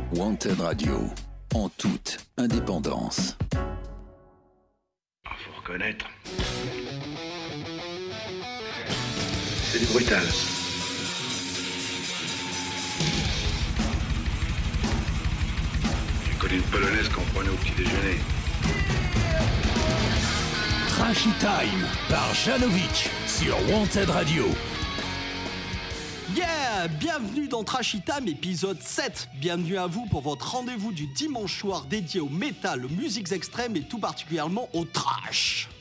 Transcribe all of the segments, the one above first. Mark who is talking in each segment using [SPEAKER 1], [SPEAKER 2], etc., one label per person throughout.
[SPEAKER 1] Wanted Radio, en toute indépendance.
[SPEAKER 2] Faut reconnaître. C'est du brutal. J'ai connu une polonaise qu'on prenait au petit déjeuner.
[SPEAKER 1] Trashy Time par Janovic sur Wanted Radio.
[SPEAKER 3] Yeah! Bienvenue dans Trashy Time, épisode 7. Bienvenue à vous pour votre rendez-vous du dimanche soir dédié au métal, aux musiques extrêmes et tout particulièrement au trash.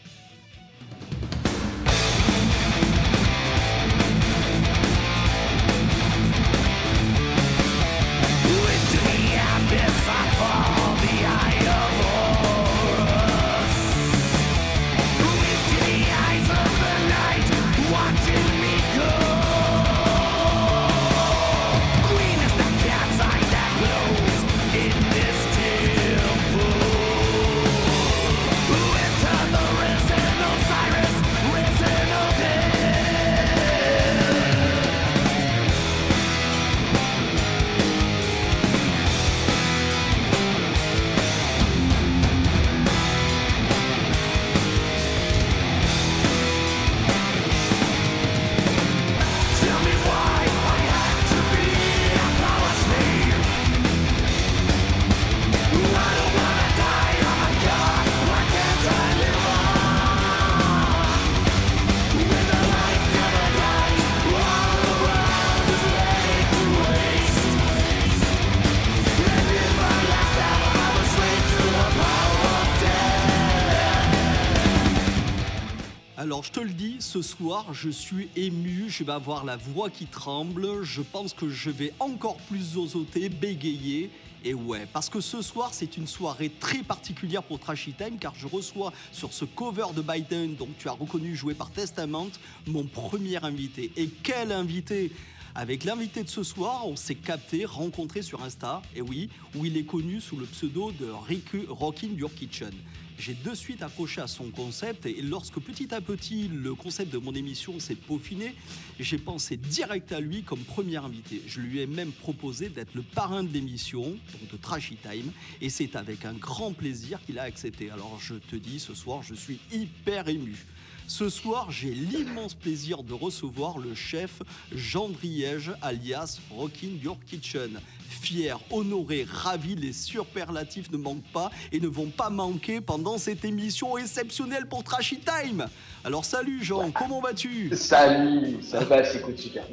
[SPEAKER 3] Alors je te le dis, ce soir je suis ému, je vais avoir la voix qui tremble, je pense que je vais encore plus zozoter, bégayer. Et ouais, parce que ce soir c'est une soirée très particulière pour Trashy Time car je reçois sur ce cover de Biden, donc tu as reconnu joué par Testament, mon premier invité. Et quel invité! Avec l'invité de ce soir, on s'est capté, rencontré sur Insta, et oui, où il est connu sous le pseudo de Rockin' Your Kitchen. J'ai de suite accroché à son concept et lorsque petit à petit le concept de mon émission s'est peaufiné, j'ai pensé direct à lui comme premier invité. Je lui ai même proposé d'être le parrain de l'émission, donc de Trashy Time, et c'est avec un grand plaisir qu'il a accepté. Alors je te dis, ce soir, je suis hyper ému. Ce soir, j'ai l'immense plaisir de recevoir le chef Jean Driège, alias Rockin' Your Kitchen. Fier, honoré, ravi, les superlatifs ne manquent pas et ne vont pas manquer pendant cette émission exceptionnelle pour Trashy Time. Alors salut Jean, comment vas-tu ?
[SPEAKER 4] Salut, ça va, écoute super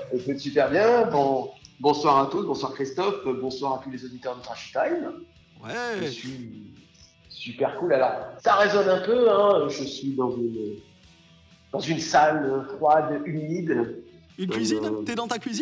[SPEAKER 4] bien. Bonsoir à tous, bonsoir Christophe, bonsoir à tous les auditeurs de Trashy Time.
[SPEAKER 3] Ouais.
[SPEAKER 4] Je suis super cool. Alors, ça résonne un peu, hein. Je suis dans une salle froide, humide.
[SPEAKER 3] Une cuisine ? T'es dans ta cuisine ?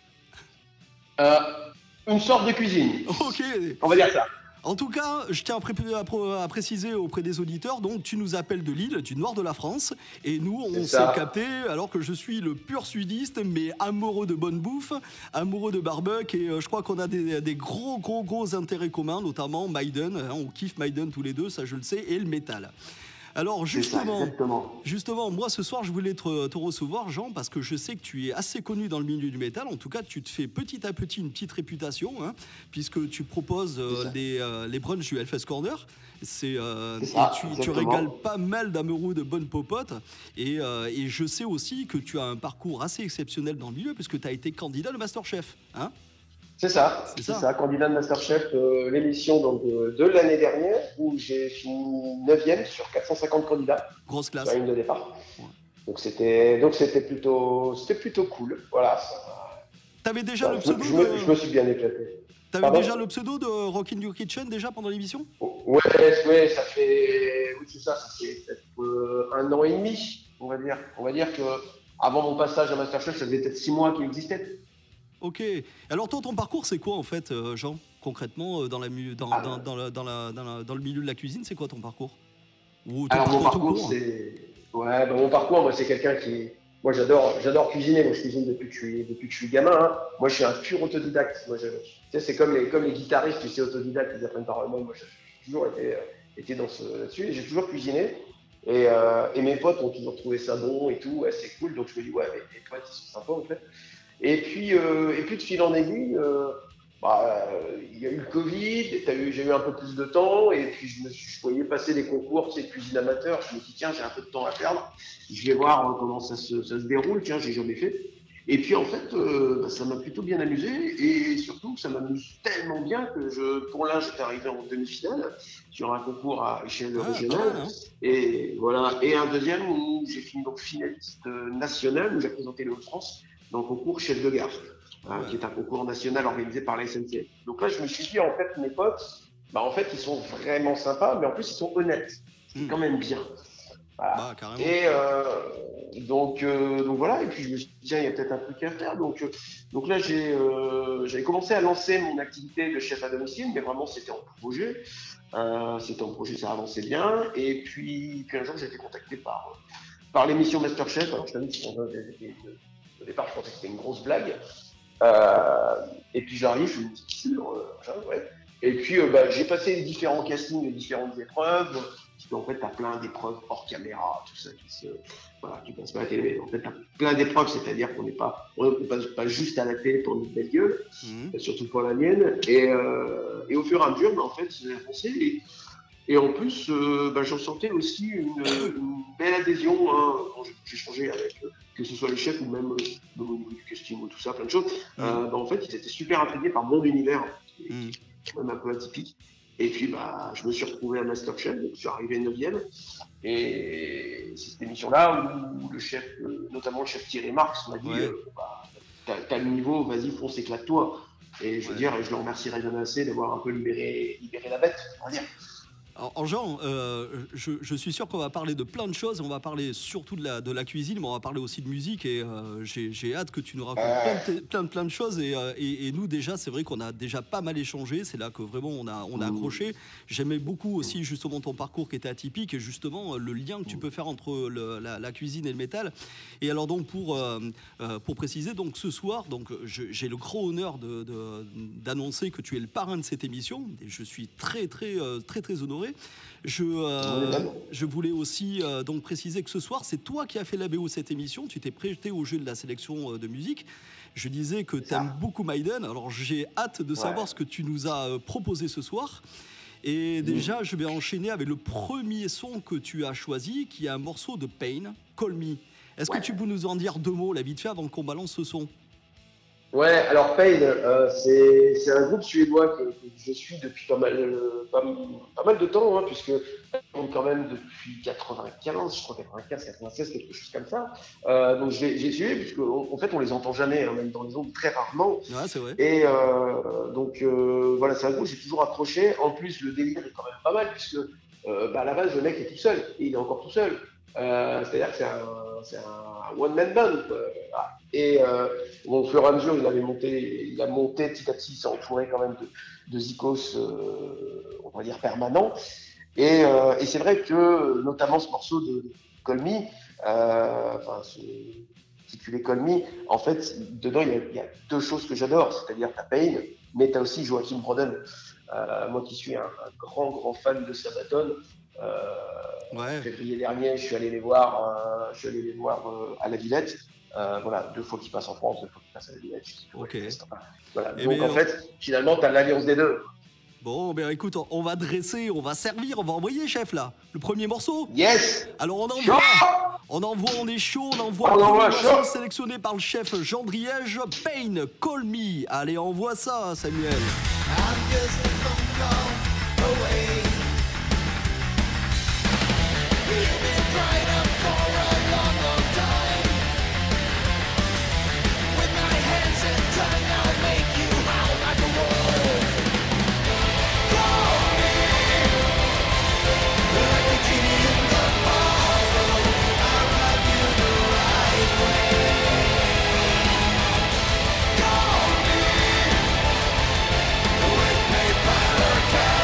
[SPEAKER 4] Une sorte de cuisine.
[SPEAKER 3] Ok.
[SPEAKER 4] On va dire ça.
[SPEAKER 3] En tout cas, je tiens à préciser auprès des auditeurs, donc tu nous appelles de Lille, du nord de la France, et nous, on s'est capté, alors que je suis le pur sudiste, mais amoureux de bonne bouffe, amoureux de barbecue, et je crois qu'on a des gros intérêts communs, notamment Maiden, hein, on kiffe Maiden tous les deux, ça je le sais, et le métal. Alors justement, moi ce soir je voulais te recevoir Jean parce que je sais que tu es assez connu dans le milieu du métal. En tout cas, tu te fais petit à petit une petite réputation, hein, puisque tu proposes les brunchs du Hellfest Corner. Tu régales pas mal d'amoureux de bonnes popotes. Et je sais aussi que tu as un parcours assez exceptionnel dans le milieu puisque tu as été candidat de Masterchef. Hein ?
[SPEAKER 4] C'est ça, candidat de Masterchef, l'émission donc, de l'année dernière où j'ai fini 9e sur 450 candidats.
[SPEAKER 3] Grosse classe.
[SPEAKER 4] Sur la ligne de départ. Ouais. Donc c'était plutôt cool. Voilà.
[SPEAKER 3] T'avais déjà le pseudo
[SPEAKER 4] je me suis bien éclaté.
[SPEAKER 3] T'avais déjà le pseudo de Rockin' Your Kitchen déjà pendant l'émission ?
[SPEAKER 4] Ouais, ça fait peut-être 1 an et demi, on va dire. On va dire que avant mon passage à Masterchef, ça faisait peut-être 6 mois qu'il existait.
[SPEAKER 3] Ok. Alors toi, ton parcours, c'est quoi en fait, Jean ? Concrètement, dans le milieu de la cuisine, c'est quoi ton parcours ?
[SPEAKER 4] Mon parcours, moi, c'est quelqu'un qui... Moi, j'adore cuisiner. Moi, je cuisine depuis que je suis gamin. Hein. Moi, je suis un pur autodidacte. Moi, tu sais, c'est comme les guitaristes, tu sais, autodidactes, ils apprennent par eux-mêmes. Moi, j'ai toujours été là-dessus et j'ai toujours cuisiné. Et mes potes ont toujours trouvé ça bon et tout. Ouais, c'est cool. Donc, je me dis, ouais, mes potes, ils sont sympas, en fait. Et puis de fil en aiguille, Il y a eu le Covid, j'ai eu un peu plus de temps, et puis je voyais passer des concours, tu sais, de cuisine amateur. Je me dis, tiens, j'ai un peu de temps à perdre, je vais voir comment ça se déroule, tiens, j'ai jamais fait. Et puis en fait, ça m'a plutôt bien amusé, et surtout, ça m'amuse tellement bien que pour l'un, j'étais arrivé en demi-finale sur un concours à échelle régionale, et voilà, et un deuxième où j'ai fini donc finaliste national, où j'ai présenté le Hauts-de-France dans le concours chef de gare. Qui est un concours national organisé par la SNCF. Donc là, je me suis dit, en fait, mes potes, en fait, ils sont vraiment sympas, mais en plus, ils sont honnêtes. C'est quand même bien. Voilà. Et donc voilà, et puis je me suis dit, tiens, il y a peut-être un truc à faire. Donc là, j'avais commencé à lancer mon activité de chef à domicile, mais vraiment, c'était en projet. Ça avançait bien. Et puis un jour, j'ai été contacté par l'émission Masterchef. Alors, je t'avoue au départ, je pensais que c'était une grosse blague. Et puis j'arrive, je me dis ouais. Et puis j'ai passé les différents castings, les différentes épreuves. Parce qu'en fait, tu as plein d'épreuves hors caméra, tout ça qui passe pas à la télé. En fait, tu as plein d'épreuves, c'est-à-dire qu'on passe pas juste à la télé pour notre belle gueule, surtout pour la mienne. Et au fur et à mesure, en fait, j'ai avancé. Et en plus, j'en sentais aussi une belle adhésion quand j'ai changé avec que ce soit les chefs ou même au niveau du casting ou tout ça, plein de choses. En fait, ils étaient super intrigués par mon univers, qui est quand même un peu atypique. Et puis, je me suis retrouvé à Masterchef, donc je suis arrivé 9e. Et c'est cette émission-là où le chef, notamment le chef Thierry Marx, m'a dit t'as le niveau, vas-y, fonce, éclate-toi. Et je veux dire, je le remercierai jamais assez d'avoir un peu libéré la bête, on va dire.
[SPEAKER 3] Alors, Jean, je suis sûr qu'on va parler de plein de choses. On va parler surtout de la cuisine, mais on va parler aussi de musique. Et j'ai hâte que tu nous racontes plein de choses. Et nous, déjà, c'est vrai qu'on a déjà pas mal échangé. C'est là que vraiment on a accroché. J'aimais beaucoup aussi justement ton parcours qui était atypique et justement le lien que tu peux faire entre la cuisine et le métal. Et alors donc pour préciser, donc ce soir, donc j'ai le grand honneur d'annoncer que tu es le parrain de cette émission. Et je suis très honoré. Je voulais aussi donc préciser que ce soir, c'est toi qui as fait la BO de cette émission. Tu t'es prêté au jeu de la sélection de musique. Je disais que tu aimes beaucoup Maiden. Alors, j'ai hâte de savoir ce que tu nous as proposé ce soir. Et déjà, je vais enchaîner avec le premier son que tu as choisi, qui est un morceau de Pain, Call Me. Est-ce que tu peux nous en dire deux mots, là, vite fait, avant qu'on balance ce son ?
[SPEAKER 4] Ouais, alors Pain, c'est un groupe suédois que je suis depuis pas mal de temps, puisque quand même depuis 95, je crois 95, 96, quelque chose comme ça. Donc j'ai suivi, puisque en fait on les entend jamais, même dans les ondes très rarement.
[SPEAKER 3] Ouais, c'est vrai.
[SPEAKER 4] Et donc voilà, c'est un groupe que j'ai toujours accroché. En plus, le délire est quand même pas mal, puisque à la base le mec est tout seul, et il est encore tout seul. C'est-à-dire que c'est un one-man band, quoi. Et au fur et à mesure, il a monté petit à petit, il s'est entouré quand même de zikos, on va dire permanents. Et c'est vrai que, notamment ce morceau de Call Me, intitulé Call Me, en fait, dedans, il y a deux choses que j'adore, c'est-à-dire ta Pain, mais tu as aussi Joachim Broden. Moi qui suis un grand fan de Sabaton, février dernier, je suis allé les voir à la Villette. Voilà, 2 fois qu'ils passent en France, 2 fois qu'ils passent à la Villette. Voilà. Donc en fait, finalement, tu as l'alliance des deux.
[SPEAKER 3] Bon, ben écoute, on va dresser, on va servir, on va envoyer, chef, là. Le premier morceau ?
[SPEAKER 4] Yes !
[SPEAKER 3] Alors on envoie, on est chaud, on envoie le premier morceau sélectionné par le chef Jean Driège, Pain, Call Me. Allez, envoie ça, Samuel. I'm just a phone call away. We've been dried up for a long time. With my hands and tongue, I'll make you howl like a wolf. Call me like a genie in the bottle. I'll rub you the right way. Call me with paper or cash.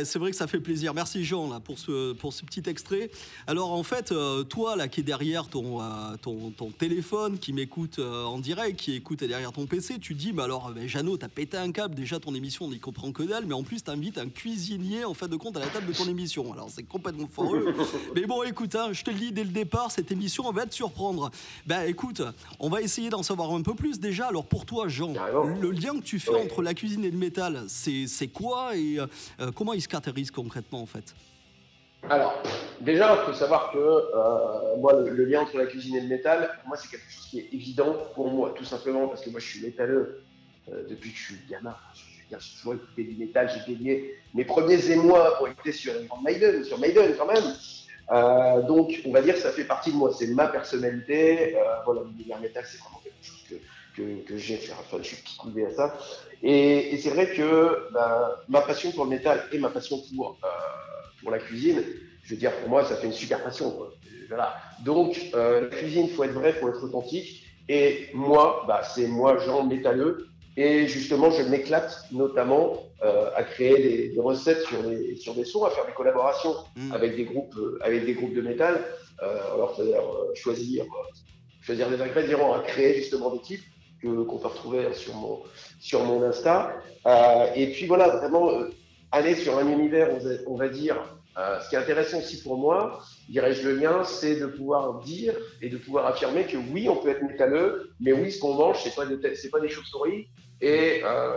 [SPEAKER 3] Ouais, c'est vrai que ça fait plaisir. Merci Jean là pour ce petit extrait. Alors en fait, toi là qui est derrière ton téléphone, qui m'écoute en direct, qui écoute derrière ton PC, tu dis mais alors Jeannot, t'as pété un câble. Déjà ton émission on n'y comprend que dalle, mais en plus t'invites un cuisinier en fin de compte à la table de ton émission. Alors c'est complètement foireux. Mais bon, écoute, hein, je te le dis dès le départ, cette émission on va te surprendre. Ben écoute, on va essayer d'en savoir un peu plus déjà. Alors pour toi Jean, le lien que tu fais entre la cuisine et le métal, c'est quoi et comment il se caractérise concrètement en fait?
[SPEAKER 4] Alors, déjà, il faut savoir que moi, le lien entre la cuisine et le métal, pour moi, c'est quelque chose qui est évident pour moi, tout simplement parce que moi, je suis métalleux depuis que je suis gamin. J'ai toujours écouté du métal, j'ai gagné mes premiers émois pour écouter sur Maiden quand même. Donc, on va dire que ça fait partie de moi, c'est ma personnalité. Voilà, l'univers métal, c'est vraiment quelque chose que j'ai fait. Enfin, je suis picoulé à ça. Et c'est vrai que ma passion pour le métal et ma passion pour la cuisine, je veux dire, pour moi, ça fait une super passion, quoi. Voilà. Donc, la cuisine, il faut être vrai, il faut être authentique. Et moi, c'est moi, Jean, métalleux. Et justement, je m'éclate notamment à créer des recettes sur des sons, à faire des collaborations avec des groupes de métal. Alors, c'est-à-dire choisir des ingrédients, à créer justement des clips qu'on peut retrouver sur mon Insta. Et puis voilà, vraiment aller sur un univers, on va dire, ce qui est intéressant aussi pour moi, dirais-je le lien, c'est de pouvoir dire et de pouvoir affirmer que oui, on peut être métalleux, mais oui, ce qu'on mange, c'est pas des chauves-souris, et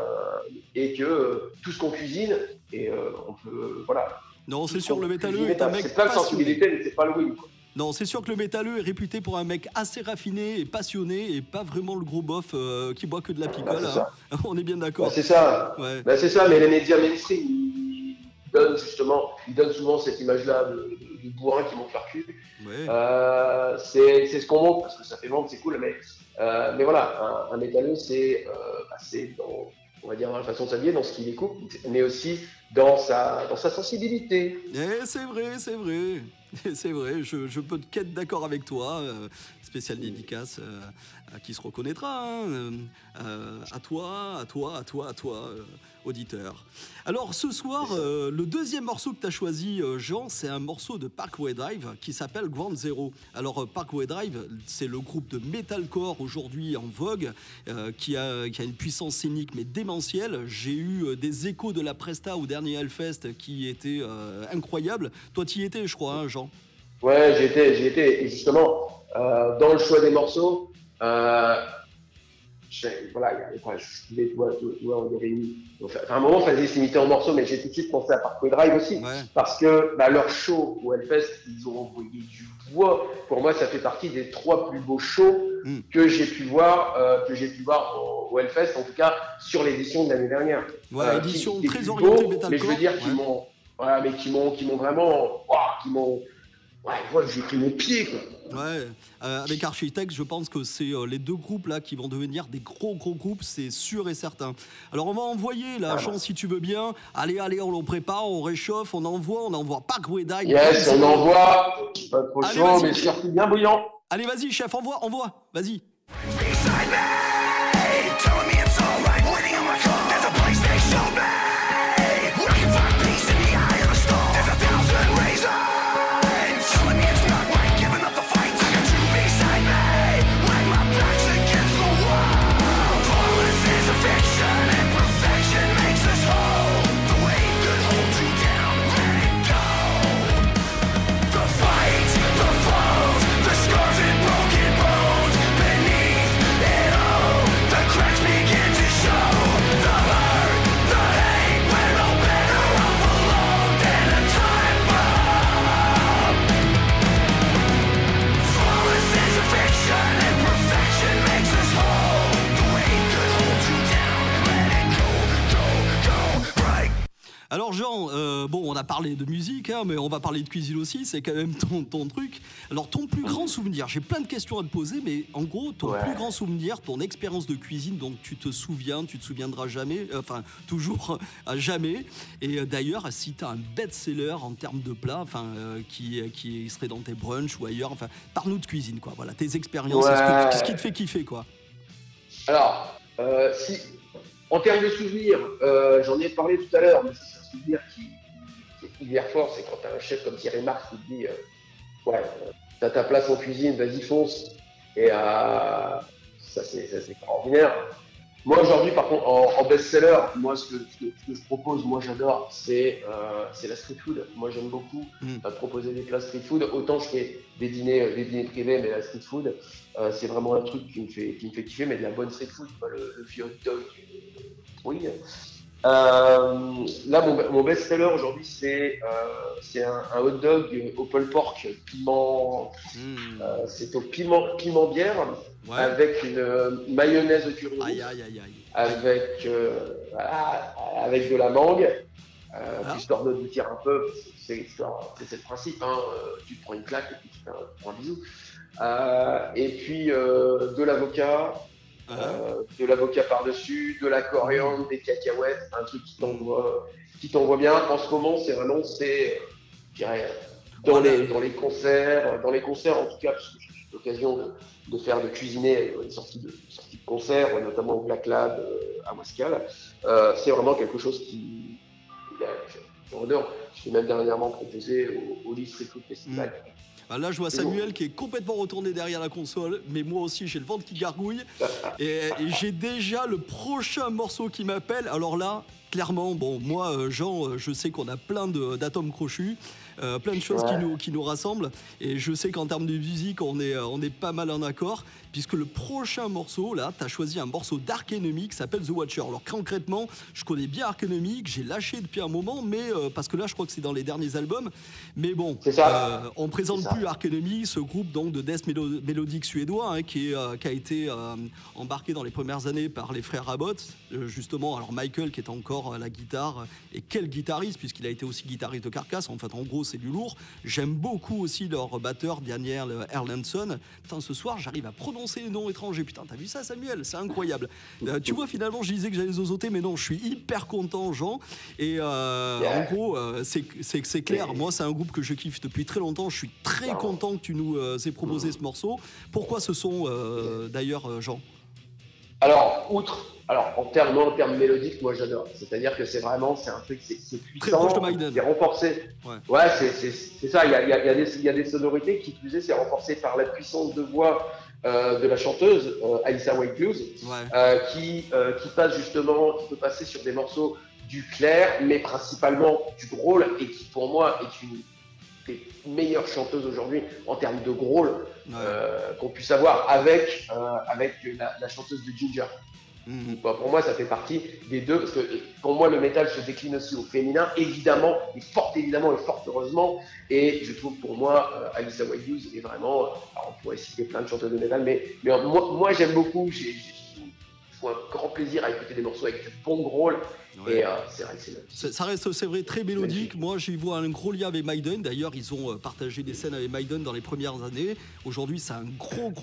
[SPEAKER 4] que tout ce qu'on cuisine, et on peut, voilà.
[SPEAKER 3] Non, c'est sûr, le métalleux est un mec
[SPEAKER 4] c'est pas de sensibilité, mais c'est pas le win, quoi.
[SPEAKER 3] Non, c'est sûr que le métalleux est réputé pour un mec assez raffiné et passionné et pas vraiment le gros bof qui boit que de la picole. Hein. On est bien d'accord.
[SPEAKER 4] C'est ça. Ouais. C'est ça, mais les médias mainstream, ils donnent souvent cette image-là de bourrin qui monte leur cul. Ouais. C'est ce qu'on montre parce que ça fait vendre, c'est cool, mais voilà, un métalleux, c'est on va dire dans la façon de s'habiller, dans ce qu'il écoute, mais aussi dans sa sensibilité.
[SPEAKER 3] C'est vrai. C'est vrai, je peux être d'accord avec toi. Spécial dédicace à qui se reconnaîtra. À toi, auditeur. Alors ce soir, le deuxième morceau que tu as choisi, Jean, c'est un morceau de Parkway Drive qui s'appelle Ground Zero. Alors Parkway Drive, c'est le groupe de metalcore aujourd'hui en vogue qui a une puissance scénique mais démentielle. J'ai eu des échos de la Presta au dernier Hellfest qui étaient incroyables. Toi, tu y étais, je crois, hein, Jean?
[SPEAKER 4] Ouais, j'y étais. Et justement, dans le choix des morceaux, je voulais, tu vois, on avait mis. À un moment, il fallait s'imiter en morceaux, mais j'ai tout de suite pensé à Parkway Drive aussi. Ouais. Parce que leur show au Hellfest, ils ont envoyé du bois. Pour moi, ça fait partie des 3 plus beaux shows que j'ai pu voir au Hellfest, en tout cas sur l'édition de l'année dernière.
[SPEAKER 3] Ouais, édition très orientée metalcore.
[SPEAKER 4] Mais je veux dire qui m'ont vraiment. J'ai pris mon pied, quoi.
[SPEAKER 3] Ouais, avec Architects, je pense que c'est les 2 groupes là qui vont devenir des gros groupes, c'est sûr et certain. Alors on va envoyer là, Jean, si tu veux bien. Allez, on prépare, on réchauffe, on envoie Parkway Drive.
[SPEAKER 4] Yes, on envoie. Pas trop chaud, mais surtout bien bouillant.
[SPEAKER 3] Allez, vas-y, chef, envoie, vas-y. Alors Jean, on a parlé de musique, hein, mais on va parler de cuisine aussi, c'est quand même ton truc. Alors ton plus grand souvenir, j'ai plein de questions à te poser, mais en gros, ton plus grand souvenir, ton expérience de cuisine, donc tu te souviendras jamais, toujours à jamais. Et d'ailleurs, si tu as un best-seller en termes de plats, qui serait dans tes brunchs ou ailleurs, parle-nous de cuisine, quoi. Voilà, tes expériences, ce qui te fait kiffer, quoi.
[SPEAKER 4] Alors, en termes de souvenirs, j'en ai parlé tout à l'heure, mais c'est un souvenir hyper fort, c'est quand tu as un chef comme Thierry Marx qui te dit ouais, t'as ta place en cuisine, vas-y fonce. Et ça c'est extraordinaire. Moi aujourd'hui, par contre, en best-seller, moi ce que je propose, moi j'adore, c'est la street food. Moi j'aime beaucoup proposer des plats street food. Autant je fais des dîners privés, mais la street food, c'est vraiment un truc qui me fait kiffer, mais de la bonne street food, le vieux hot dog. Oui. Là, mon best-seller aujourd'hui, c'est un hot dog au pulled pork piment. C'est au piment bière. Ouais. Avec une mayonnaise curry, avec de la mangue, histoire de goûtir un peu, c'est le principe, hein. Tu te prends une claque et puis tu prends un bisou. Et puis de l'avocat, par-dessus, de la coriandre, des cacahuètes, un truc qui t'envoie bien. En ce moment, je dirais, dans les concerts en tout cas, parce que j'ai eu l'occasion de cuisiner des sorties de concerts, notamment au Black Lab à Wascal. C'est vraiment quelque chose qui j'adore. Je suis même dernièrement proposé au Lee Street Food Festival.
[SPEAKER 3] Là, je vois Samuel qui est complètement retourné derrière la console, mais moi aussi, j'ai le ventre qui gargouille. Et j'ai déjà le prochain morceau qui m'appelle. Alors là, clairement, bon, moi, Jean, je sais qu'on a plein d'atomes crochus. Plein de choses qui nous rassemblent, et je sais qu'en termes de musique on est pas mal en accord, puisque le prochain morceau là, t'as choisi un morceau d'Ark Enemy qui s'appelle The Watcher. Alors concrètement, je connais bien Ark Enemy, que j'ai lâché depuis un moment, mais parce que là je crois que c'est dans les derniers albums, mais bon, on présente plus Ark Enemy, ce groupe donc de death mélodique suédois, hein, qui a été embarqué dans les premières années par les frères Abbott, justement. Alors Michael qui est encore à la guitare, et quel guitariste, puisqu'il a été aussi guitariste de Carcass. En fait, en gros, c'est du lourd. J'aime beaucoup aussi leur batteur, Daniel Erlandsson. Putain, ce soir, j'arrive à prononcer les noms étrangers. Putain, t'as vu ça, Samuel? C'est incroyable. Tu vois, finalement, je disais que j'allais zozoter, mais non, je suis hyper content, Jean. Et en gros, c'est clair. Moi, c'est un groupe que je kiffe depuis très longtemps. Je suis très content que tu nous aies proposé ce morceau. Pourquoi ce son, d'ailleurs, Jean?
[SPEAKER 4] Alors, en termes mélodiques, moi j'adore. C'est-à-dire que c'est un truc, c'est puissant,
[SPEAKER 3] très proche de Maiden.
[SPEAKER 4] C'est renforcé. Ouais, c'est ça. Il y a des sonorités qui, plus est, c'est renforcé par la puissance de voix de la chanteuse Alyssa White Blues, qui passe justement, qui peut passer sur des morceaux du clair, mais principalement du growl, et qui pour moi est une des meilleures chanteuses aujourd'hui en termes de growl qu'on puisse avoir avec la chanteuse de Ginger. Pour moi, ça fait partie des deux, parce que pour moi, le métal se décline aussi au féminin, évidemment, et fort heureusement. Et je trouve pour moi, Alyssa White Blues est vraiment. Alors on pourrait citer plein de chanteuses de métal, mais moi j'aime beaucoup. Je trouve un grand plaisir à écouter des morceaux avec du bon growl. Et c'est vrai que
[SPEAKER 3] ça reste, c'est vrai, très mélodique. Moi, j'y vois un gros lien avec Maiden. D'ailleurs, ils ont partagé des scènes avec Maiden dans les premières années. Aujourd'hui, c'est un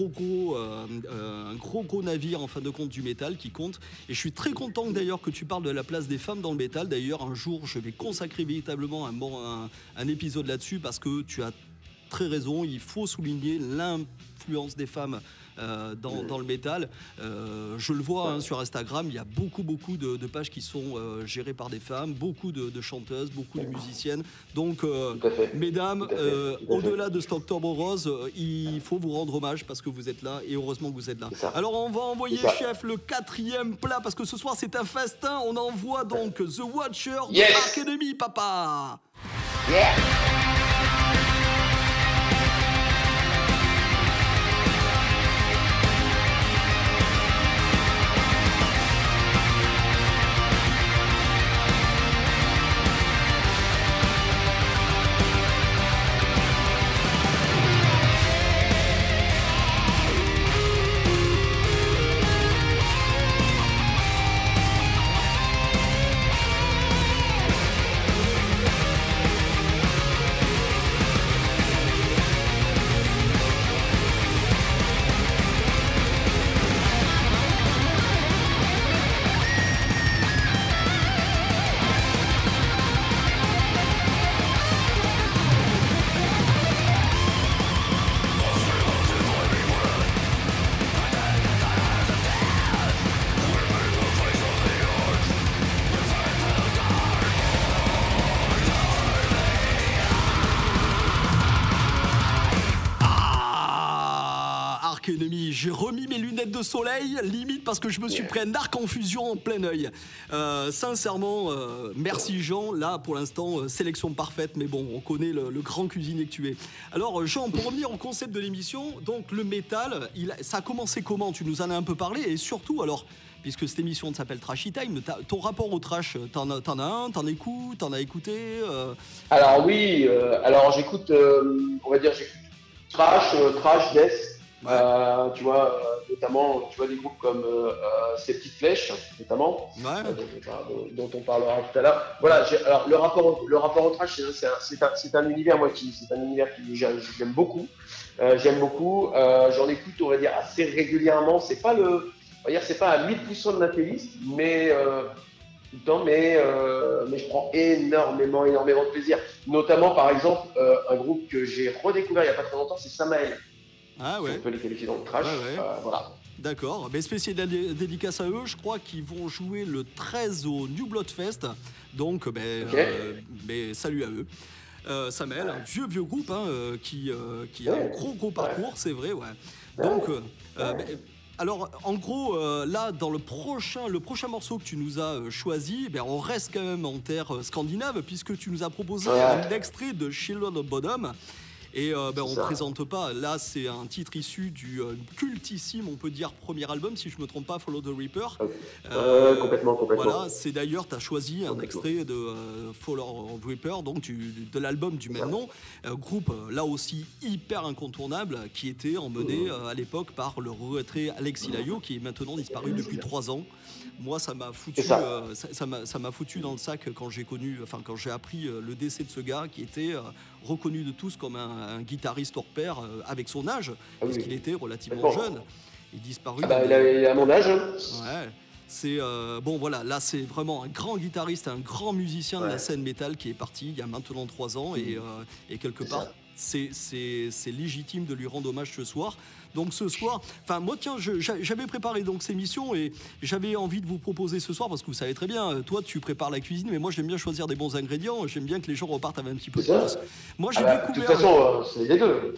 [SPEAKER 3] gros navire en fin de compte du métal qui compte. Et je suis très content d'ailleurs que tu parles de la place des femmes dans le métal. D'ailleurs, un jour, je vais consacrer véritablement un épisode là-dessus, parce que tu as très raison. Il faut souligner l'influence des femmes dans le métal. Je le vois sur Instagram, il y a beaucoup de pages qui sont gérées par des femmes, beaucoup de chanteuses, beaucoup de musiciennes. Donc, mesdames, au-delà de cet Octobre Rose, il faut vous rendre hommage parce que vous êtes là, et heureusement que vous êtes là. Alors, on va envoyer, chef, le 4e plat, parce que ce soir, c'est un festin. On envoie donc The Watcher de Ark Enemy, papa. Arc Enemy. J'ai remis mes lunettes de soleil, limite parce que je me suis pris un arc en fusion en plein œil. Sincèrement, merci Jean. Là, pour l'instant, sélection parfaite, mais bon, on connaît le grand cuisinier que tu es. Alors, Jean, pour revenir au concept de l'émission, donc le métal, ça a commencé comment? Tu nous en as un peu parlé, et surtout, alors, puisque cette émission s'appelle Trashy Time, ton rapport au trash, t'en as un, t'en écoutes, t'en as écouté
[SPEAKER 4] Alors oui, alors j'écoute, on va dire, j'écoute trash, death. Ouais. Tu vois, notamment, tu vois des groupes comme Ces Petites Flèches, notamment, dont on parlera tout à l'heure. Voilà, alors le rapport au trash, c'est un univers, c'est un univers que j'aime beaucoup. J'en écoute, on va dire, assez régulièrement. C'est pas à 1000% de ma playlist, mais tout le temps, mais je prends énormément de plaisir. Notamment, par exemple, un groupe que j'ai redécouvert il n'y a pas très longtemps, c'est Samael.
[SPEAKER 3] Ah ouais.
[SPEAKER 4] On peut les qualifier dans le trash. Ouais. Voilà.
[SPEAKER 3] D'accord. Mais spécial dédicace à eux, je crois qu'ils vont jouer le 13 au New Blood Fest. Donc, salut à eux. Samael, un vieux groupe qui a un gros parcours, c'est vrai, ouais. Donc, alors, en gros, là, dans le prochain morceau que tu nous as choisi, on reste quand même en terre scandinave, puisque tu nous as proposé un extrait de Children of Bodom. Et on ne présente pas, là c'est un titre issu du cultissime, on peut dire, premier album, si je ne me trompe pas, Follow the Reaper.
[SPEAKER 4] Complètement.
[SPEAKER 3] Voilà, c'est d'ailleurs, tu as choisi un extrait de Follow the Reaper, donc de l'album du même nom, groupe là aussi hyper incontournable, qui était emmené à l'époque par le retrait Alexis Laio, qui est maintenant disparu depuis 3 ans. Moi, ça m'a foutu, ça m'a foutu dans le sac quand j'ai appris le décès de ce gars qui était reconnu de tous comme un guitariste hors pair avec son âge, puisqu'il était relativement jeune. Il est disparu.
[SPEAKER 4] Il est à mon âge.
[SPEAKER 3] Ouais. C'est voilà, là c'est vraiment un grand guitariste, un grand musicien de la scène métal qui est parti il y a maintenant 3 ans et quelque part c'est légitime de lui rendre hommage ce soir. Donc ce soir, moi tiens, j'avais préparé donc ces missions et j'avais envie de vous proposer ce soir, parce que vous savez très bien, toi tu prépares la cuisine, mais moi j'aime bien choisir des bons ingrédients, j'aime bien que les gens repartent avec un petit peu de plus. Moi j'ai découvert...
[SPEAKER 4] De toute façon, c'est les deux.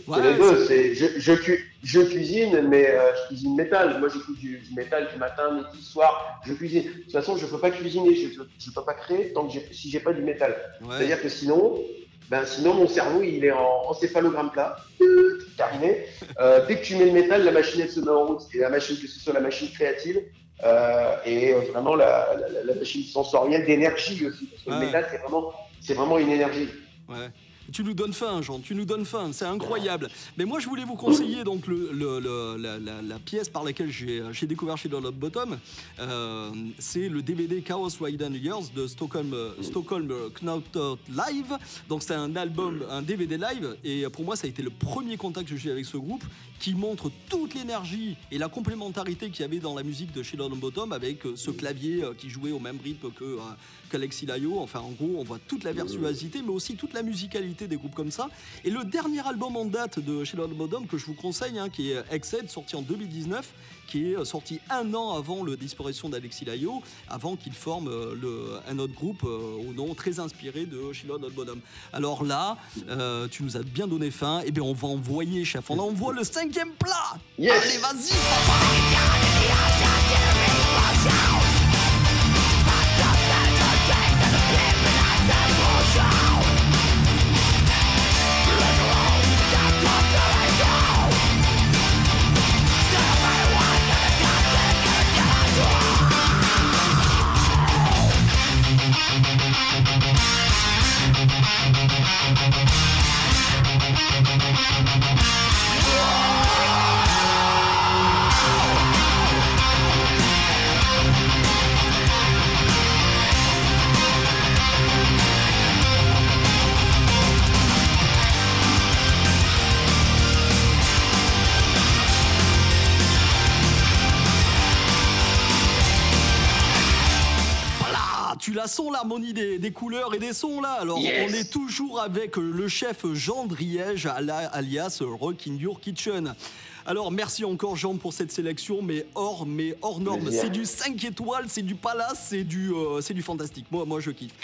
[SPEAKER 4] Je cuisine, mais je cuisine métal. Moi j'écoute du métal du matin, midi, soir, je cuisine. De toute façon, je ne peux pas cuisiner, je ne peux pas créer si j'ai pas du métal. Ouais. C'est-à-dire que sinon mon cerveau il est en encéphalogramme plat, terminé. Dès que tu mets le métal, la machine elle se met en route, et la machine, que ce soit la machine créative et vraiment la machine sensorielle d'énergie aussi, parce que le métal c'est vraiment une énergie.
[SPEAKER 3] Ouais. Tu nous donnes faim, Jean, c'est incroyable. Mais moi, je voulais vous conseiller donc la pièce par laquelle j'ai découvert chez Children of Bodom. C'est le DVD Chaos Ridden Years de Stockholm Knockout Live. Donc c'est un album, un DVD live. Et pour moi, ça a été le premier contact que j'ai eu avec ce groupe, qui montre toute l'énergie et la complémentarité qu'il y avait dans la musique de Children of Bodom, avec ce clavier qui jouait au même rythme qu'Alexis Laio. Enfin, en gros, on voit toute la virtuosité, mais aussi toute la musicalité des groupes comme ça. Et le dernier album en date de Children of Bodom que je vous conseille, qui est Exced, sorti en 2019, qui est sorti 1 an avant la disparition d'Alexis Laio, avant qu'il forme un autre groupe au nom très inspiré de Children of Bodom. Alors là, tu nous as bien donné faim, et bien on va envoyer, chef, on envoie le 5e plat.
[SPEAKER 4] Yes.
[SPEAKER 3] Allez, vas-y, papa. Tu la sens, l'harmonie des couleurs et des sons là. Alors on est toujours avec le chef Jean Driège, alias Rock in Your Kitchen. Alors merci encore Jean pour cette sélection, mais hors norme. C'est du 5 étoiles, c'est du palace, c'est du fantastique. Moi je kiffe.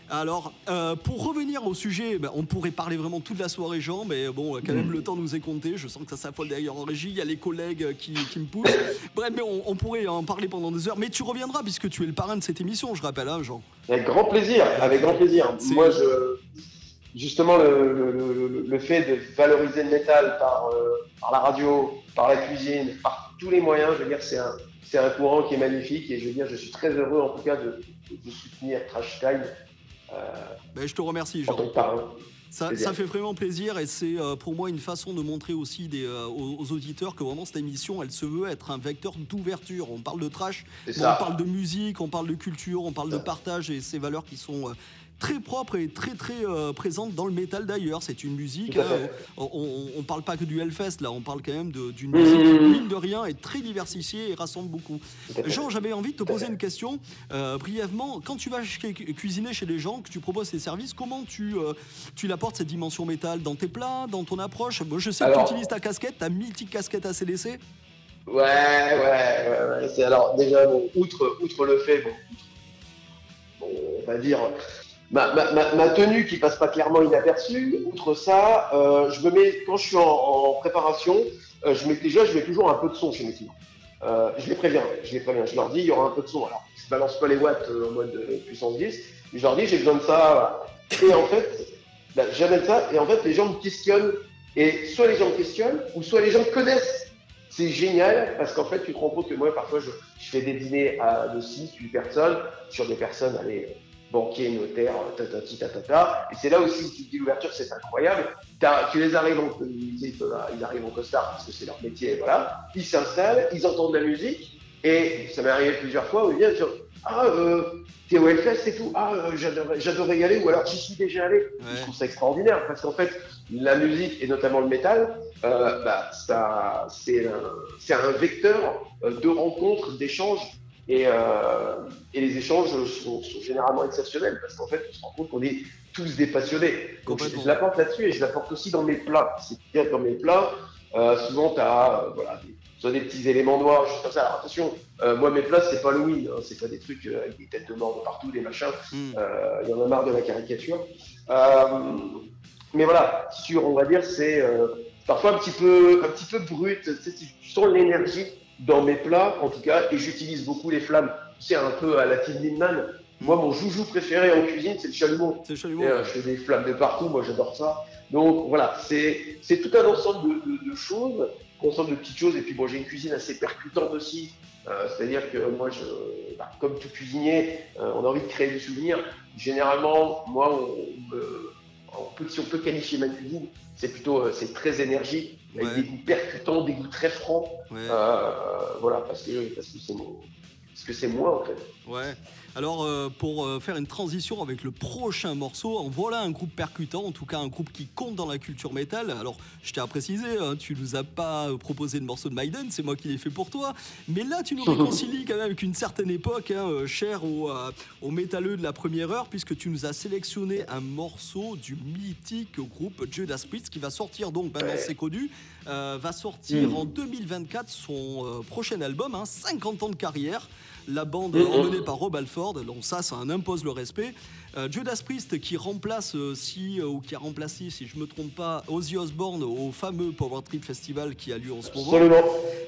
[SPEAKER 3] Alors, pour revenir au sujet, on pourrait parler vraiment toute la soirée, Jean, mais bon, quand même, le temps nous est compté. Je sens que ça s'affole d'ailleurs en régie. Il y a les collègues qui me poussent. Bref, mais on pourrait en parler pendant des heures. Mais tu reviendras puisque tu es le parrain de cette émission, je rappelle, hein, Jean.
[SPEAKER 4] Avec grand plaisir, avec grand plaisir. Moi, justement, le fait de valoriser le métal par la radio, par la cuisine, par tous les moyens, je veux dire, c'est un courant qui est magnifique et je veux dire, je suis très heureux en tout cas de soutenir Trash Time.
[SPEAKER 3] Je te remercie, Jean. Ça fait vraiment plaisir et c'est pour moi une façon de montrer aussi aux auditeurs que vraiment cette émission, elle se veut être un vecteur d'ouverture. On parle de trash, on parle de musique, on parle de culture, on parle de partage et ces valeurs qui sont très propres et très présentes dans le métal d'ailleurs. C'est une musique, on parle pas que du Hellfest là, on parle quand même d'une musique qui, mine de rien, est très diversifiée et rassemble beaucoup. Jean, j'avais envie de te poser une question brièvement. Quand tu vas cuisiner chez les gens, que tu proposes tes services, comment tu apportes cette dimension métal dans tes plats, dans ton approche? Moi, je sais que tu utilises ta casquette, ta mythique casquette ACDC.
[SPEAKER 4] Ouais. Alors déjà, outre le fait, on va dire ma tenue qui passe pas clairement inaperçue. Outre ça, je me mets quand je suis en préparation, je mets toujours un peu de son chez mes clients. Je les préviens. Je leur dis il y aura un peu de son. Alors, je balance pas les watts en mode puissance 10, mais je leur dis j'ai besoin de ça. Voilà. Et en fait, j'amène ça et en fait les gens me questionnent et soit les gens me questionnent ou soit les gens me connaissent. C'est génial parce qu'en fait tu te rends compte que moi parfois je fais des dîners de 6-8 personnes sur des personnes banquiers, notaires, tatata. Et c'est là aussi, si tu te dis l'ouverture, c'est incroyable. Tu les arrives ils arrivent en costard parce que c'est leur métier, voilà. Ils s'installent, ils entendent la musique. Et ça m'est arrivé plusieurs fois où ils viennent sur t'es au Hellfest et tout. J'adorais y aller, ou alors j'y suis déjà allé. Ouais. Je trouve ça extraordinaire parce qu'en fait, la musique et notamment le métal, c'est un vecteur de rencontres, d'échanges. Et les échanges sont généralement exceptionnels parce qu'en fait, on se rend compte qu'on est tous des passionnés. Donc, je l'apporte là-dessus et je l'apporte aussi dans mes plats. C'est-à-dire que dans mes plats, souvent, tu as des petits éléments noirs, juste comme ça. Alors attention, moi, mes plats, c'est pas Halloween. Hein, c'est pas des trucs avec des têtes de mort de partout, des machins. Il y en a marre de la caricature. Mais voilà, on va dire, c'est parfois un petit peu brut. Tu sens l'énergie dans mes plats, en tout cas, et j'utilise beaucoup les flammes. C'est un peu à la Till Lindemann. Moi, mon joujou préféré en cuisine, c'est le chalumeau. Je fais des flammes de partout, moi j'adore ça. Donc voilà, c'est tout un ensemble de choses, un ensemble de petites choses. Et puis bon, j'ai une cuisine assez percutante aussi. C'est-à-dire que moi, comme tout cuisinier, on a envie de créer des souvenirs. Généralement, moi, si on peut qualifier ma cuisine, c'est très énergique. Avec des goûts percutants, des goûts très francs. Voilà, parce que c'est moi en fait.
[SPEAKER 3] Ouais. Alors pour faire une transition avec le prochain morceau, en voilà un groupe percutant, en tout cas un groupe qui compte dans la culture métal. Alors je tiens à préciser, hein, tu nous as pas proposé de morceau de Maiden, c'est moi qui l'ai fait pour toi. Mais là tu nous réconcilies quand même avec une certaine époque, hein, chère aux métalleux de la première heure, puisque tu nous as sélectionné un morceau du mythique groupe Judas Priest qui va sortir donc, maintenant c'est connu, va sortir en 2024 son prochain album, hein, 50 ans de carrière. La bande emmenée par Rob Halford, donc ça impose le respect. Judas Priest qui remplace qui a remplacé, si je me trompe pas, Ozzy Osbourne au fameux Power Trip Festival qui a lieu en ce moment.
[SPEAKER 4] Absolument.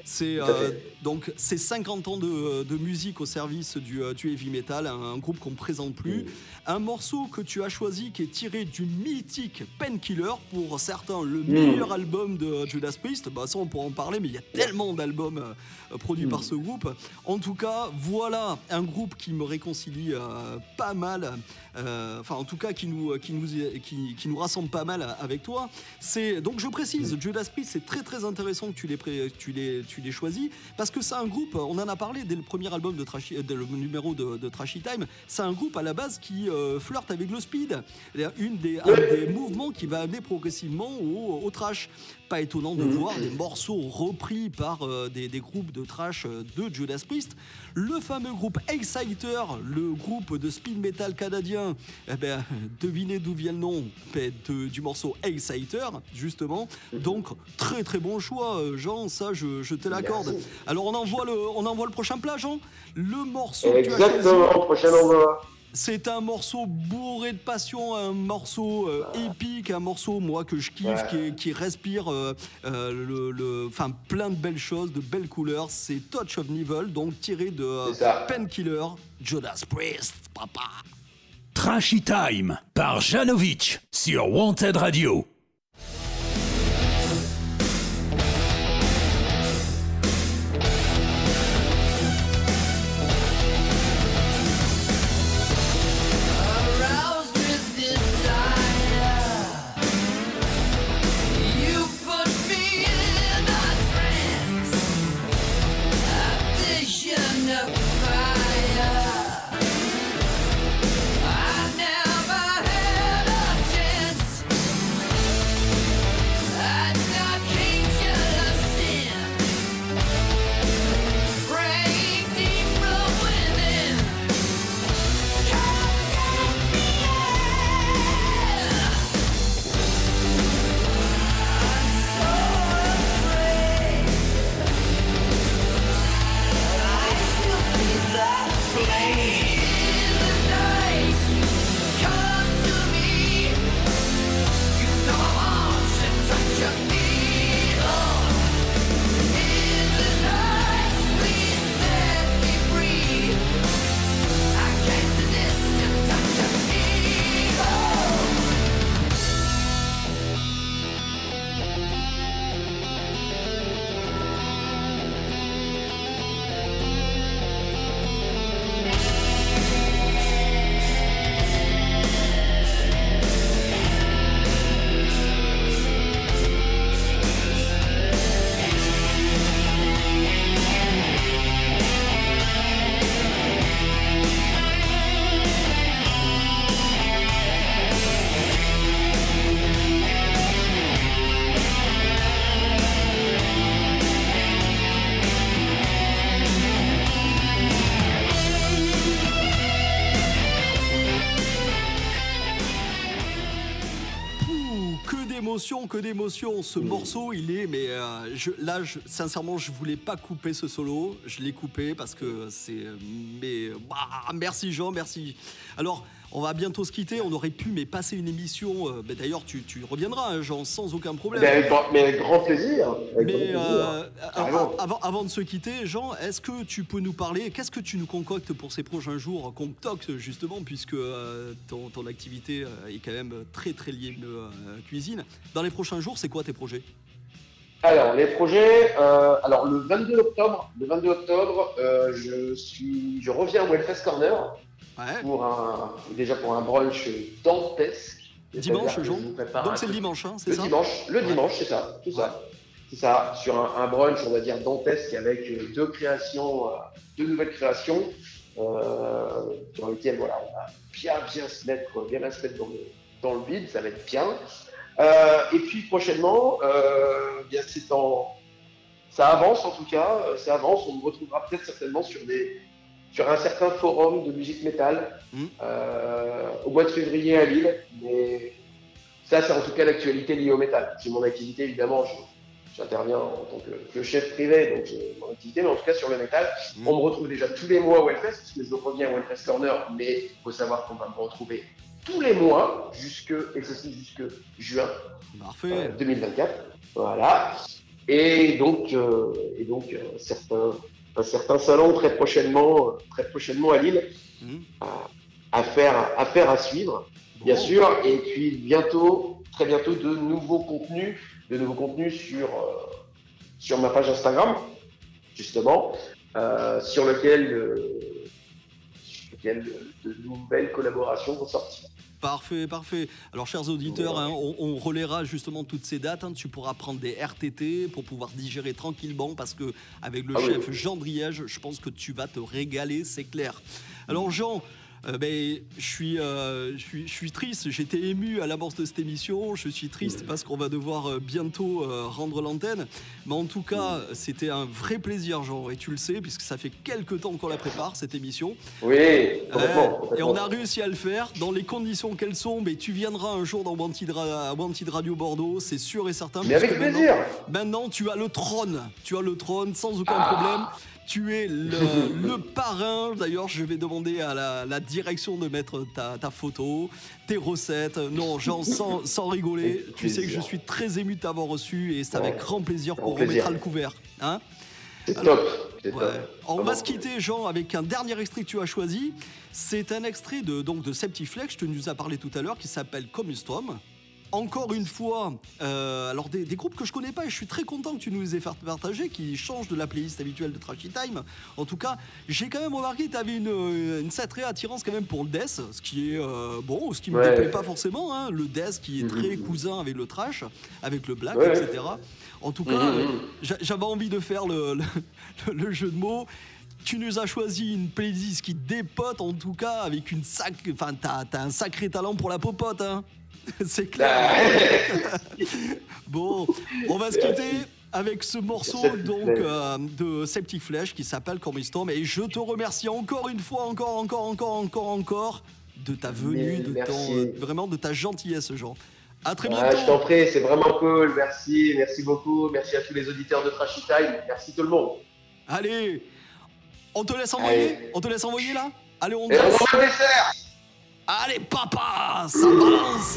[SPEAKER 3] Donc c'est 50 ans de musique au service du heavy metal, un groupe qu'on ne présente plus. Un morceau que tu as choisi qui est tiré du mythique Painkiller, pour certains le meilleur album de Judas Priest. Ça on pourra en parler, mais il y a tellement d'albums produits par ce groupe. En tout cas, voilà un groupe qui me réconcilie pas mal. En tout cas qui nous rassemble pas mal avec toi. Donc je précise, Judas Priest, c'est très très intéressant que tu l'aies choisi, parce que c'est un groupe, on en a parlé dès le premier album le numéro de Trashy Time, c'est un groupe à la base qui flirte avec le speed, un des mouvements qui va amener progressivement au trash. Pas étonnant de voir des morceaux repris par des groupes de trash de Judas Priest. Le fameux groupe Exciter, le groupe de speed metal canadien, devinez d'où vient le nom du morceau Exciter, justement. Donc, très très bon choix, Jean, ça je te l'accorde. Merci. Alors on envoie le prochain plat, Jean. Le morceau
[SPEAKER 4] exactement,
[SPEAKER 3] que tu as choisi,
[SPEAKER 4] prochain envoi.
[SPEAKER 3] C'est un morceau bourré de passion, un morceau épique, un morceau, moi, que je kiffe, qui respire plein de belles choses, de belles couleurs. C'est Touch of Evil, donc tiré de Painkiller, Judas Priest, papa.
[SPEAKER 1] Trashy Time par Janovic sur Wanted Radio.
[SPEAKER 3] Que d'émotion, ce morceau il est, mais sincèrement je voulais pas couper ce solo, je l'ai coupé parce que c'est, merci Jean, merci. Alors on va bientôt se quitter, on aurait pu passer une émission, d'ailleurs tu reviendras hein, Jean, sans aucun problème.
[SPEAKER 4] Mais avec grand plaisir.
[SPEAKER 3] Avant de se quitter Jean, est-ce que tu peux nous parler, qu'est-ce que tu nous concoctes pour ces prochains jours, concoctes justement, puisque ton activité est quand même très très liée à la cuisine. Dans les prochains jours, c'est quoi tes projets ?
[SPEAKER 4] Alors, les projets, le 22 octobre, je reviens au Hellfest Corner pour un brunch dantesque.
[SPEAKER 3] Dimanche, Jean. Donc c'est le dimanche, hein, c'est ça ?
[SPEAKER 4] Le dimanche, c'est ça, tout ça. C'est ça, sur un brunch, on va dire dantesque, avec deux nouvelles créations, sur lesquelles on va bien se mettre dans le vide, ça va être bien. Et puis prochainement, ça avance en tout cas, on me retrouvera peut-être certainement sur un certain forum de musique métal au mois de février à Lille, mais ça c'est en tout cas l'actualité liée au métal. C'est mon activité évidemment, j'interviens en tant que chef privé, donc j'ai mon activité, mais en tout cas sur le métal, on me retrouve déjà tous les mois au Hellfest, parce que je reviens au Hellfest Corner, mais il faut savoir qu'on va me retrouver tous les mois, jusque juin 2024. Voilà. Et donc un certain salon très prochainement à Lille, affaire à suivre, bien sûr. Et puis très bientôt, de nouveaux contenus sur ma page Instagram, justement, sur lequel de nouvelles collaborations vont sortir.
[SPEAKER 3] Parfait. Alors, chers auditeurs, on relaiera justement toutes ces dates. Tu pourras prendre des RTT pour pouvoir digérer tranquillement parce que avec le chef Jean Driège, je pense que tu vas te régaler, c'est clair. Alors, Jean, je suis triste, j'étais ému à l'amorce de cette émission, je suis triste parce qu'on va devoir bientôt rendre l'antenne, mais en tout cas c'était un vrai plaisir Jean, et tu le sais puisque ça fait quelques temps qu'on la prépare cette émission.
[SPEAKER 4] Oui, complètement.
[SPEAKER 3] Et on a réussi à le faire dans les conditions qu'elles sont, mais tu viendras un jour dans Wanted Radio Bordeaux, c'est sûr et certain.
[SPEAKER 4] Mais avec plaisir.
[SPEAKER 3] Maintenant tu as le trône sans aucun problème. Tu es le parrain. D'ailleurs, je vais demander à la direction de mettre ta photo, tes recettes. Non, Jean, sans rigoler, tu sais que je suis très ému de t'avoir reçu et c'est avec grand plaisir qu'on remettra le couvert. Hein?
[SPEAKER 4] C'est top. C'est top.
[SPEAKER 3] On va se quitter, Jean, avec un dernier extrait que tu as choisi. C'est un extrait de Septiflex, tu nous as parlé tout à l'heure, qui s'appelle Comme Storm. Encore une fois, alors des groupes que je connais pas et je suis très content que tu nous les aies fait partager, qui changent de la playlist habituelle de Trashy Time. En tout cas, j'ai quand même remarqué que tu avais une sacrée attirance quand même pour le death, ce qui est ce qui me déplaît pas forcément, hein, le death qui est très cousin avec le trash, avec le black, etc. En tout cas, j'avais envie de faire le jeu de mots. Tu nous as choisi une playlist qui dépote, en tout cas, avec t'as un sacré talent pour la popote, hein. C'est clair. Bon, on va se quitter avec ce morceau donc de Septiflex qui s'appelle Comme Storm. Et je te remercie encore une fois, encore de ta venue, vraiment de ta gentillesse, Jean. À très bientôt.
[SPEAKER 4] Je t'en prie, c'est vraiment cool. Merci beaucoup. Merci à tous les auditeurs de Trashy Time. Merci tout le monde.
[SPEAKER 3] Allez, on te laisse envoyer là. Allez, on
[SPEAKER 4] et on va le dessert.
[SPEAKER 3] Allez, papa, ça balance.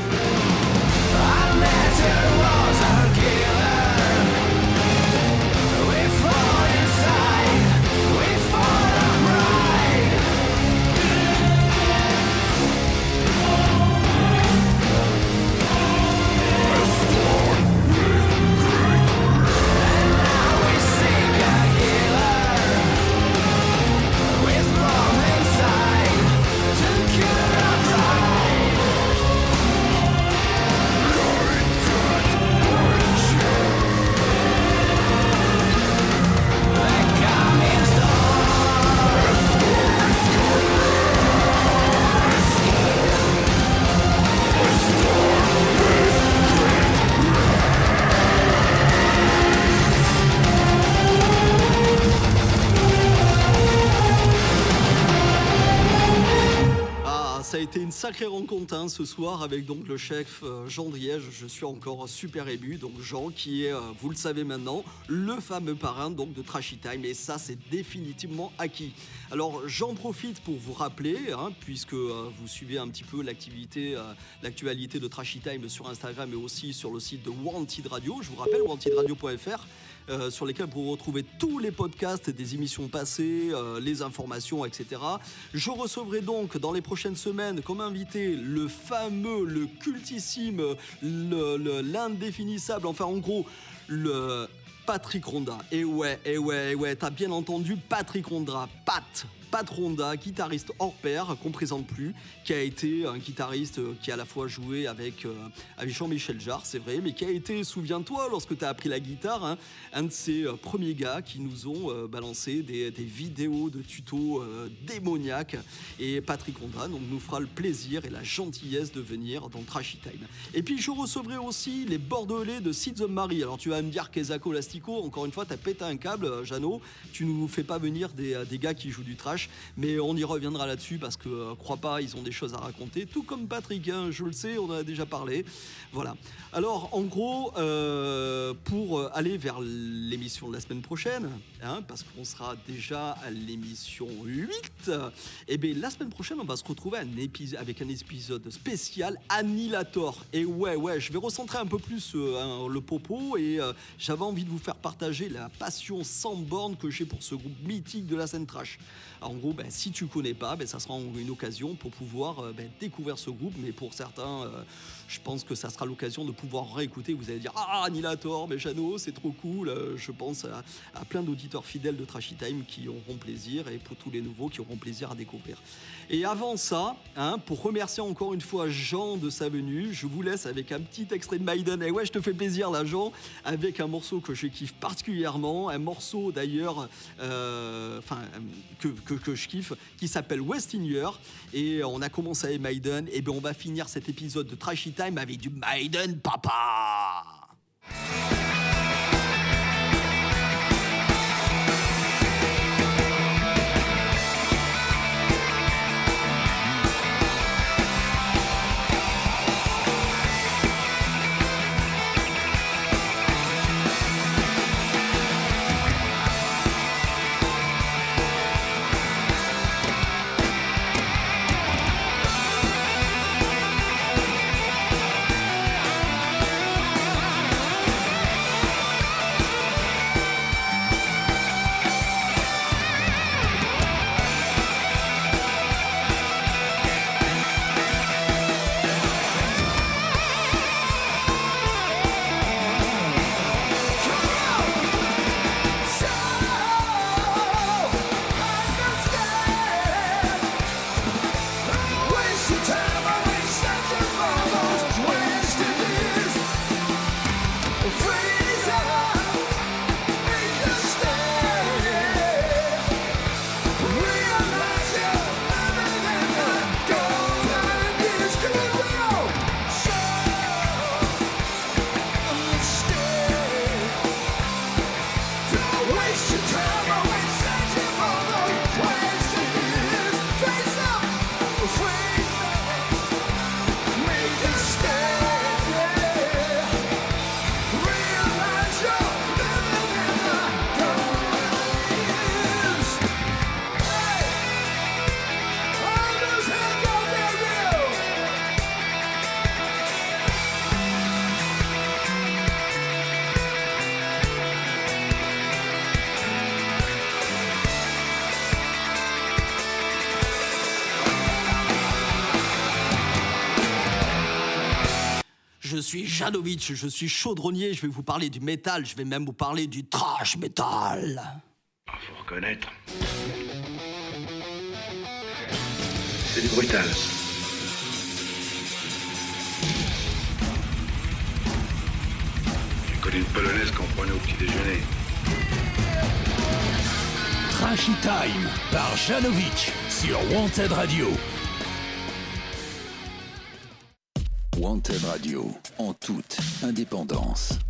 [SPEAKER 3] Ça a été une sacrée rencontre ce soir avec donc le chef Jean Driège. Je suis encore super ému. Donc Jean qui est, vous le savez maintenant, le fameux parrain donc de Trashy Time. Et ça, c'est définitivement acquis. Alors j'en profite pour vous rappeler, puisque vous suivez un petit peu l'actualité de Trashy Time sur Instagram et aussi sur le site de Wanted Radio. Je vous rappelle wantedradio.fr. Sur lesquels vous retrouvez tous les podcasts des émissions passées, les informations, etc. Je recevrai donc dans les prochaines semaines comme invité le fameux, le cultissime, l'indéfinissable, enfin en gros, le Patrick Ronda. Et ouais, t'as bien entendu, Patrick Ronda, Pat Ronda, guitariste hors pair, qu'on présente plus, qui a été un guitariste qui a à la fois joué avec Jean-Michel Jarre, c'est vrai, mais qui a été, souviens-toi, lorsque tu as appris la guitare, un de ces premiers gars qui nous ont balancé des vidéos de tutos démoniaques. Et Patrick Ronda donc, nous fera le plaisir et la gentillesse de venir dans Trashy Time. Et puis je recevrai aussi les Bordelais de Sid the Marie. Alors tu vas me dire qu'Ezako Lastico, encore une fois, t'as pété un câble, Jeannot. Tu ne nous fais pas venir des gars qui jouent du trash. Mais on y reviendra là-dessus parce que, crois pas, ils ont des choses à raconter. Tout comme Patrick, je le sais, on en a déjà parlé. Voilà. Alors, en gros, pour aller vers l'émission de la semaine prochaine, parce qu'on sera déjà à l'émission 8, et bien la semaine prochaine, on va se retrouver avec un épisode spécial Annihilator. Et ouais, je vais recentrer un peu plus le popo et j'avais envie de vous faire partager la passion sans borne que j'ai pour ce groupe mythique de la scène trash. En gros, si tu connais pas, ça sera une occasion pour pouvoir découvrir ce groupe. Mais pour certains, je pense que ça sera l'occasion de pouvoir réécouter. Vous allez dire « Ah, Annihilator, mais Jeannot, c'est trop cool !» Je pense à plein d'auditeurs fidèles de Trashy Time qui auront plaisir et pour tous les nouveaux qui auront plaisir à découvrir. Et avant ça, pour remercier encore une fois Jean de sa venue, je vous laisse avec un petit extrait de Maiden. Et ouais, je te fais plaisir là, Jean, avec un morceau que je kiffe particulièrement, un morceau d'ailleurs que je kiffe, qui s'appelle West in Year. Et on a commencé avec Maiden, et bien on va finir cet épisode de Trashy Time avec du Maiden papa. Je suis Janovic, je suis chaudronnier, je vais vous parler du métal, je vais même vous parler du trash metal.
[SPEAKER 2] Faut reconnaître. C'est du brutal. J'ai connu une polonaise qu'on prenait au petit déjeuner.
[SPEAKER 1] Trashy Time par Janovic sur Wanted Radio. Wanted Radio, en toute indépendance.